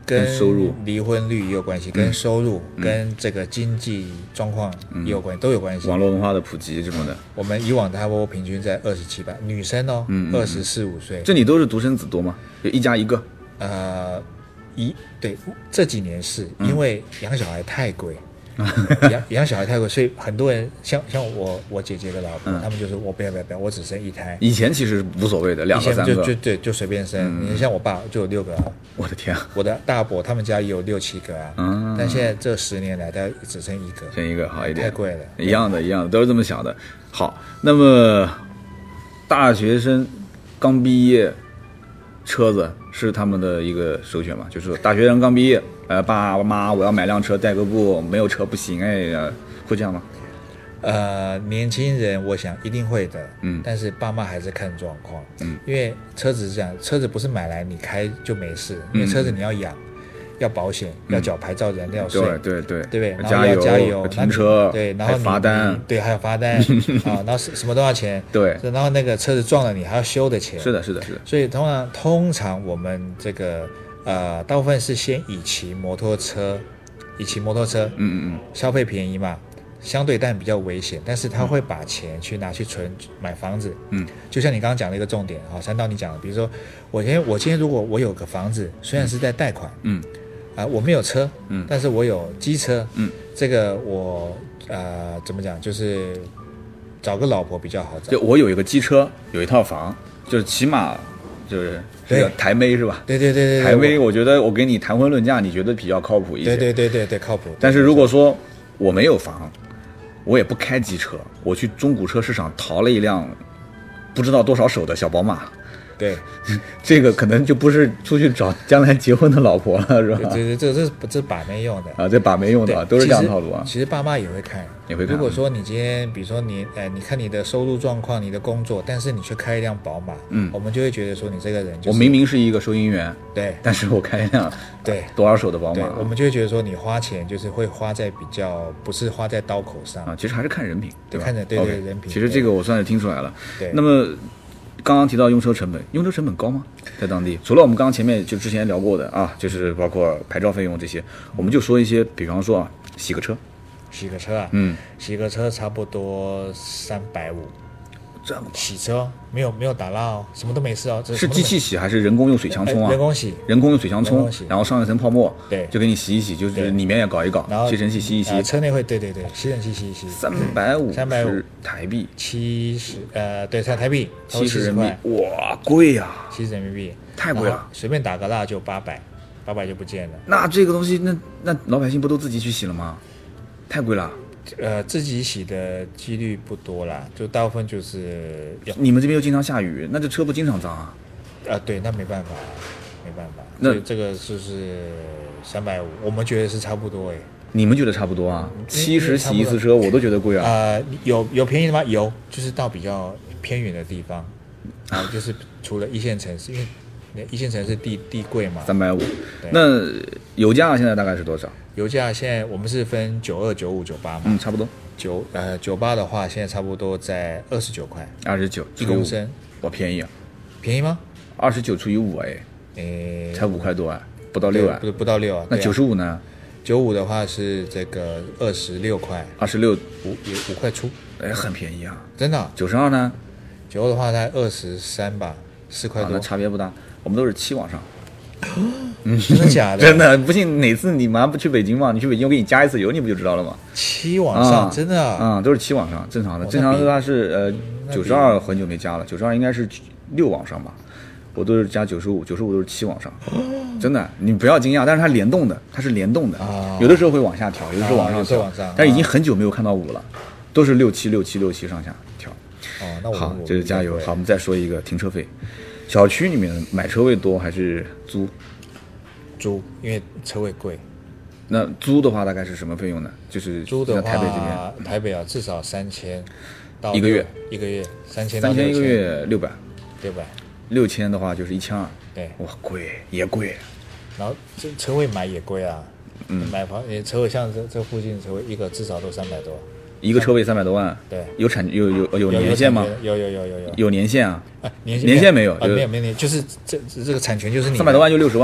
跟收入、 离婚率也有关系，跟收入、嗯、跟这个经济状况也有关系，嗯、都有关系。 网络文化的普及什么的， 我们以往差不多平均在二十七吧，女生哦，二十四五岁。 这里都是独生子多吗？就一家一个？ 呃，一对这几年是因为养小孩太贵。养养小孩太贵，所以很多人像像我我姐姐的老婆，嗯、他们就说我不要不要不要，我只生一胎。 以前其实无所谓的，两个三个就就对就随便生。嗯、你像我爸就有六个啊， 我的天啊！ 我的大伯他们家也有六七个啊，嗯、但现在这十年来，他只生一个， 生一个好一点， 太贵了。 一样的，一样的，都是这么想的。好，那么大学生刚毕业，车子是他们的一个首选嘛？就是大学生刚毕业。呃，爸妈，我要买辆车代个步，没有车不行哎，会这样吗？ 呃，年轻人我想一定会的，嗯，但是爸妈还是看状况，嗯，因为车子是这样，车子不是买来你开就没事，因为车子你要养，嗯、要保险，要缴牌照、燃料税， 对对对， 对不对？然后要加油、 停车， 对，然后罚单， 对，还有罚单啊，然后什么都要钱， 对， 然后那个车子撞了你还要修的钱， 是的，是的，是的， 所以通常通常我们这个。呃，大部分是先以骑摩托车，以骑摩托车，嗯嗯嗯，消费便宜嘛，相对但比较危险，但是他会把钱去拿去存买房子，嗯，就像你刚刚讲的一个重点，好，三刀你讲的，比如说我今天我今天如果我有个房子，虽然是在贷款，嗯，啊、呃、我没有车，嗯，但是我有机车，嗯，这个我呃怎么讲，就是找个老婆比较好找， 就我有一个机车，有一套房，就是起码。就是这个台妹是吧？ 对对对对， 台妹，我觉得我给你谈婚论嫁，你觉得比较靠谱一些。 对对对对对，靠谱。 但是如果说我没有房，我也不开机车，我去中古车市场淘了一辆不知道多少手的小宝马， 对， 这个可能就不是出去找将来结婚的老婆了，是吧？ 对对，这这这把妹用的啊，这把妹用的都是这样套路啊。 其实爸妈也会看， 也会看。 如果说你今天，比如说你，呃，你看你的收入状况、你的工作，但是你却开一辆宝马，嗯，我们就会觉得说你这个人、就是， 我明明是一个收银员， 对， 但是我开一辆对多少手的宝马， 我们就会觉得说你花钱就是会花在比较不是花在刀口上啊，其实还是看人品，对吧？ 看着对对人品。 其实这个我算是听出来了。 对， 那么。刚刚提到用车成本，用车成本高吗？在当地，除了我们刚刚前面就之前聊过的啊，就是包括牌照费用这些，我们就说一些，比方说啊，洗个车， 洗个车啊， 嗯， 洗个车差不多三百五， 这样洗车没有没有打蜡哦，什么都没事哦，这是机器洗还是人工用水枪冲啊？ 人工洗， 人工用水枪冲，然后上一层泡沫， 对， 就给你洗一洗，就是里面也搞一搞， 然后吸尘器吸一吸， 呃、车内会对对对，吸尘器吸一吸， 三百五， 三百五台币， 七十呃对，才台币七十人民币，哇，贵呀、啊， 七十人民币太贵了， 随便打个蜡就八百，八百就不见了。 那这个东西，那那老百姓不都自己去洗了吗？太贵了。 呃，自己洗的几率不多啦，就大部分就是你们这边又经常下雨，那这车不经常脏啊？ 啊、呃，对，那没办法，没办法。那这个就是三百五，我们觉得是差不多哎。 你们觉得差不多啊？七十洗一次车，我都觉得贵啊。 呃，有有便宜的吗？有，就是到比较偏远的地方，啊，就是除了一线城市，因为一线城市地地贵嘛。 三百五。那油价现在大概是多少？ 油价现在我们是分九二、九五、九八嘛， 嗯，差不多。 九呃九八的话，现在差不多在二十九块， 二十九一公升， 我便宜啊， 便宜吗？ 二十九除以五，哎， 诶， 才五块多啊，不到六啊， 不不到六啊。 那九十五呢？ 九五的话是这个二十六块， 二十六五也五块出， 哎，很便宜啊， 真的、啊。 九十二呢？ 九二的话才二十三吧，四块多、啊， 那差别不大。我们都是七往上。 嗯，真的假的？ 真的，不信哪次你马上不去北京嘛？你去北京我给你加一次油，你不就知道了吗？ 七往上，啊、真的啊、 嗯，都是七往上，正常的。正常的话是呃九十二，很久没加了，九十二应该是六往上吧？我都是加九十五，九十五都是七往上，真的，你不要惊讶，但是它联动的，它是联动的， 啊、 有的时候会往下调，有的时候往上调， 啊、上但已经很久没有看到五了，都是六七六七六七上下调。 哦，那我好，这是加油。好，我们再说一个停车费，小区里面买车位多还是租？ 租，因为车位贵。 那租的话大概是什么费用呢？就是租的话， 台北这边， 台北啊，至少三千到一个月， 一个月三千， 三千一个月六百， 六百， 六千的话就是一千二。 对， 哇，贵也贵。 然后这车位买也贵啊，嗯，买房也车位像这这附近车位一个至少都三百多。 一个车位三百多万， 对， 有产有有有年限吗？ 有有有有有有年限啊？ 啊，年年限没有， 啊，没有没有，就是这这个产权就是你三百多万就六十万嘛。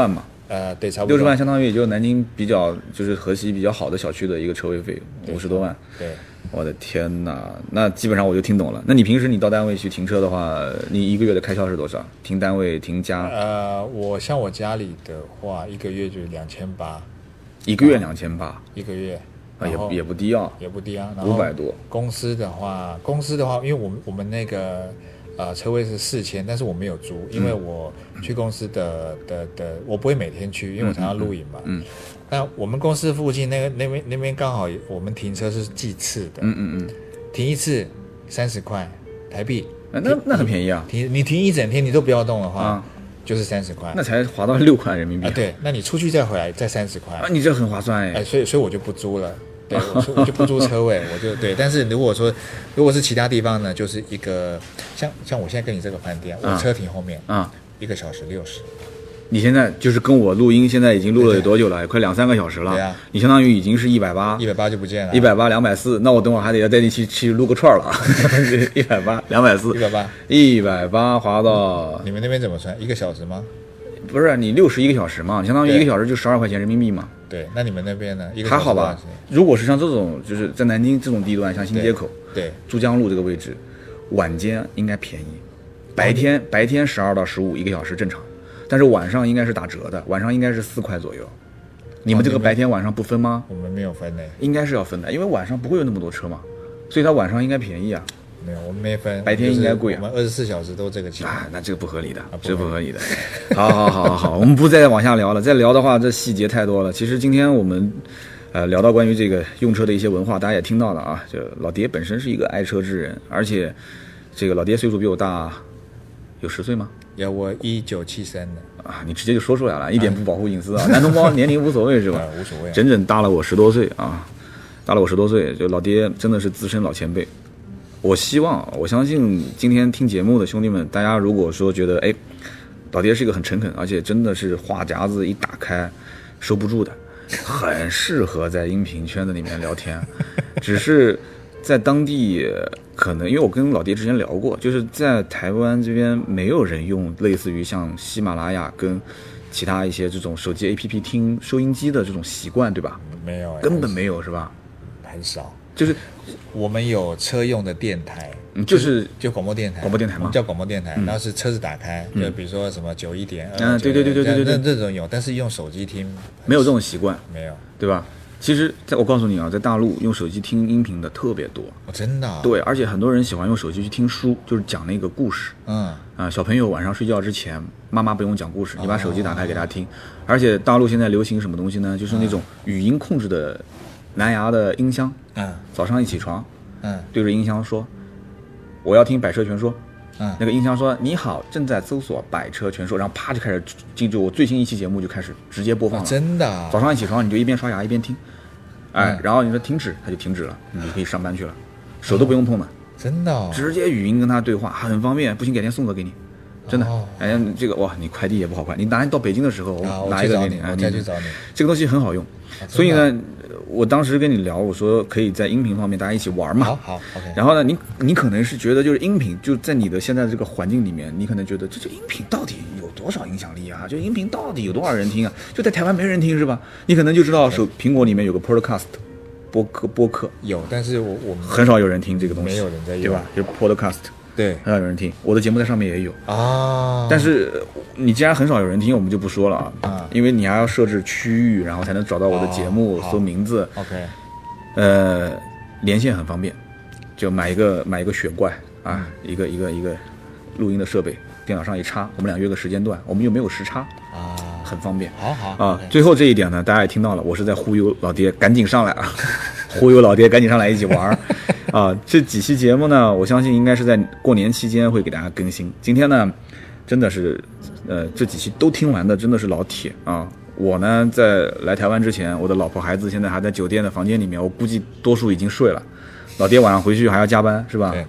呃，对，差不多六十万相当于也就南京比较就是河西比较好的小区的一个车位费，五十多万。 对， 我的天哪，那基本上我就听懂了。那你平时你到单位去停车的话，你一个月的开销是多少？停单位停家？ 呃，我像我家里的话，一个月就两千八， 一个月两千八， 一个月。 啊，也也不低啊， 也不低啊， 五百多。 公司的话，公司的话，因为我们我们那个呃车位是四千，但是我没有租，因为我去公司的的的，我不会每天去，因为我常常录影嘛。嗯。那我们公司附近那个那边那边刚好我们停车是计次的。嗯嗯嗯。停一次三十块台币。 那那很便宜啊！ 停你停一整天你都不要动的话。啊就是三十块， 那才划到六块人民币啊！对，那你出去再回来再三十块啊！你这很划算哎！ 哎，所以所以我就不租了，对，我, 我就不租车位，我就对。但是如果说如果是其他地方呢，就是一个像像我现在跟你这个饭店，我车停后面啊，一个小时六十。 你现在就是跟我录音，现在已经录了有多久了？快两三个小时了。 对啊， 你相当于已经是一百八， 一百八就不见了， 一百八两百四。那我等会儿还得要带你去去撸个串了。一百八两百四， 一百八， 一百八划到你们那边怎么算？一个小时吗？ 不是你六十一个小时嘛，相当于一个小时就十二块钱人民币嘛。 对，那你们那边呢？一个还好吧？如果是像这种，就是在南京这种地段，像新街口、 对珠江路这个位置，晚间应该便宜，白天、哦、白天十二到十五一个小时正常，但是晚上应该是打折的，晚上应该是四块左右。你们这个白天晚上不分吗？ 我们没有分的， 应该是要分的，因为晚上不会有那么多车嘛，所以它晚上应该便宜啊。 没有，我们没分， 白天应该贵、啊。 我们二十四小时都这个钱啊，那这个不合理的，啊、这个不合理的。好好好好好，我们不再往下聊了，再聊的话，这细节太多了。其实今天我们，呃，聊到关于这个用车的一些文化，大家也听到了啊。就老爹本身是一个爱车之人，而且这个老爹岁数比我大，有十岁吗？ 有，我一九七三的啊，你直接就说出来了，一点不保护隐私啊。男同胞年龄无所谓是吧？ 无所谓、啊， 整整大了我十多岁啊，大了我十多岁，就老爹真的是资深老前辈。我希望，我相信今天听节目的兄弟们，大家如果说觉得，哎，老爹是一个很诚恳，而且真的是话匣子一打开收不住的，很适合在音频圈子里面聊天。只是在当地，可能因为我跟老爹之前聊过，就是在台湾这边没有人用类似于像喜马拉雅跟其他一些这种手机 A P P 听收音机的这种习惯，对吧？ 没有， 根本没有，是吧？ 很少。 就是我们有车用的电台， 嗯，就是就广播电台， 广播电台嘛， 叫广播电台。 嗯、 然后是车子打开，嗯、就比如说什么九一点， 嗯，对对对对对对对， 这种有，但是用手机听没有这种习惯， 没有， 对吧？其实在我告诉你啊，在大陆用手机听音频的特别多， 哦，真的、啊。 对，而且很多人喜欢用手机去听书，就是讲那个故事。嗯啊、呃，小朋友晚上睡觉之前，妈妈不用讲故事，你把手机打开给他听。哦、而且大陆现在流行什么东西呢？就是那种语音控制的。蓝牙的音箱，嗯，早上一起床，嗯，对着音箱说，我要听《百车全说》，嗯，那个音箱说你好，正在搜索《百车全说》，然后啪就开始进入我最新一期节目就开始直接播放了， 哦、真的、啊。 早上一起床你就一边刷牙一边听，哎，嗯、然后你说停止，它就停止了，你就可以上班去了，手都不用碰的， 真的、哦， 直接语音跟他对话，很方便，不行改天送个给你。真的，哦、哎，这个哇，你快递也不好快，你拿到北京的时候， 啊、 拿一个给你，我再去找你。 这个东西很好用，啊、所以呢，我当时跟你聊，我说可以在音频方面大家一起玩嘛。 好好 ，OK。 然后呢，你你可能是觉得就是音频就在你的现在这个环境里面，你可能觉得这这音频到底有多少影响力啊？就音频到底有多少人听啊？就在台湾没人听是吧？你可能就知道手苹果里面有个 Podcast 播客播客有，但是我我们很少有人听这个东西， 没有人在用， 对吧？就是 Podcast。 对， 很少有人听，我的节目在上面也有啊。 但是你既然很少有人听，我们就不说了啊，啊因为你还要设置区域，然后才能找到我的节目，哦、搜名字。 OK， 呃，连线很方便，就买一个买一个雪怪啊，嗯、一个一个一个录音的设备，电脑上一插，我们俩约个时间段，我们又没有时差啊， 很方便。 好好啊， okay. 最后这一点呢，大家也听到了，我是在忽悠老爹赶紧上来啊，忽悠老爹赶紧上来一起玩。啊，这几期节目呢，我相信应该是在过年期间会给大家更新。今天呢，真的是，呃，这几期都听完的，真的是老铁啊。我呢，在来台湾之前，我的老婆孩子现在还在酒店的房间里面，我估计多数已经睡了。老爹晚上回去还要加班，是吧？ 对对。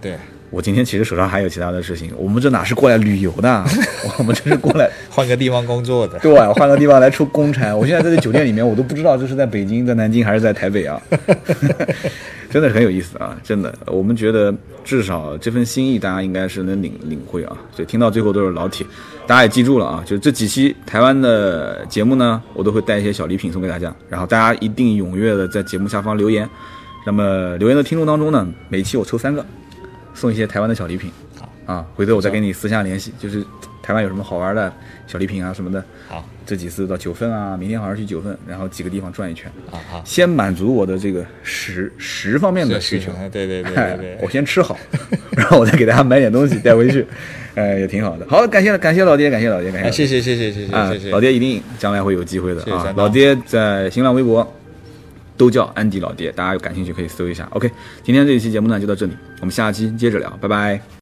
我今天其实手上还有其他的事情，我们这哪是过来旅游的，我们这是过来换个地方工作的。 对，换个地方来出公差。我现在在这酒店里面，我都不知道这是在北京、在南京还是在台北啊。真的是很有意思啊，真的。我们觉得至少这份心意，大家应该是能领领会啊。所以听到最后都是老铁，大家也记住了啊，就是这几期台湾的节目呢，我都会带一些小礼品送给大家，然后大家一定踊跃的在节目下方留言。那么留言的听众当中呢，每期我抽三个，送一些台湾的小礼品。 好啊，回头我再跟你私下联系，就是台湾有什么好玩的小礼品啊什么的。 好， 这几次到九份啊，明天好像去九份，然后几个地方转一圈。 好好， 先满足我的这个食食方面的需求。 对对对对对， 我先吃好，然后我再给大家买点东西带回去，呃，也挺好的。好，感谢感谢老爹，感谢老爹，感谢老爹、 啊。谢谢谢谢谢谢啊、 谢谢。 老爹一定将来会有机会的啊。 谢谢老爹在新浪微博都叫安迪老爹，大家有感兴趣可以搜一下。OK， 今天这一期节目呢就到这里，我们下期接着聊，拜拜。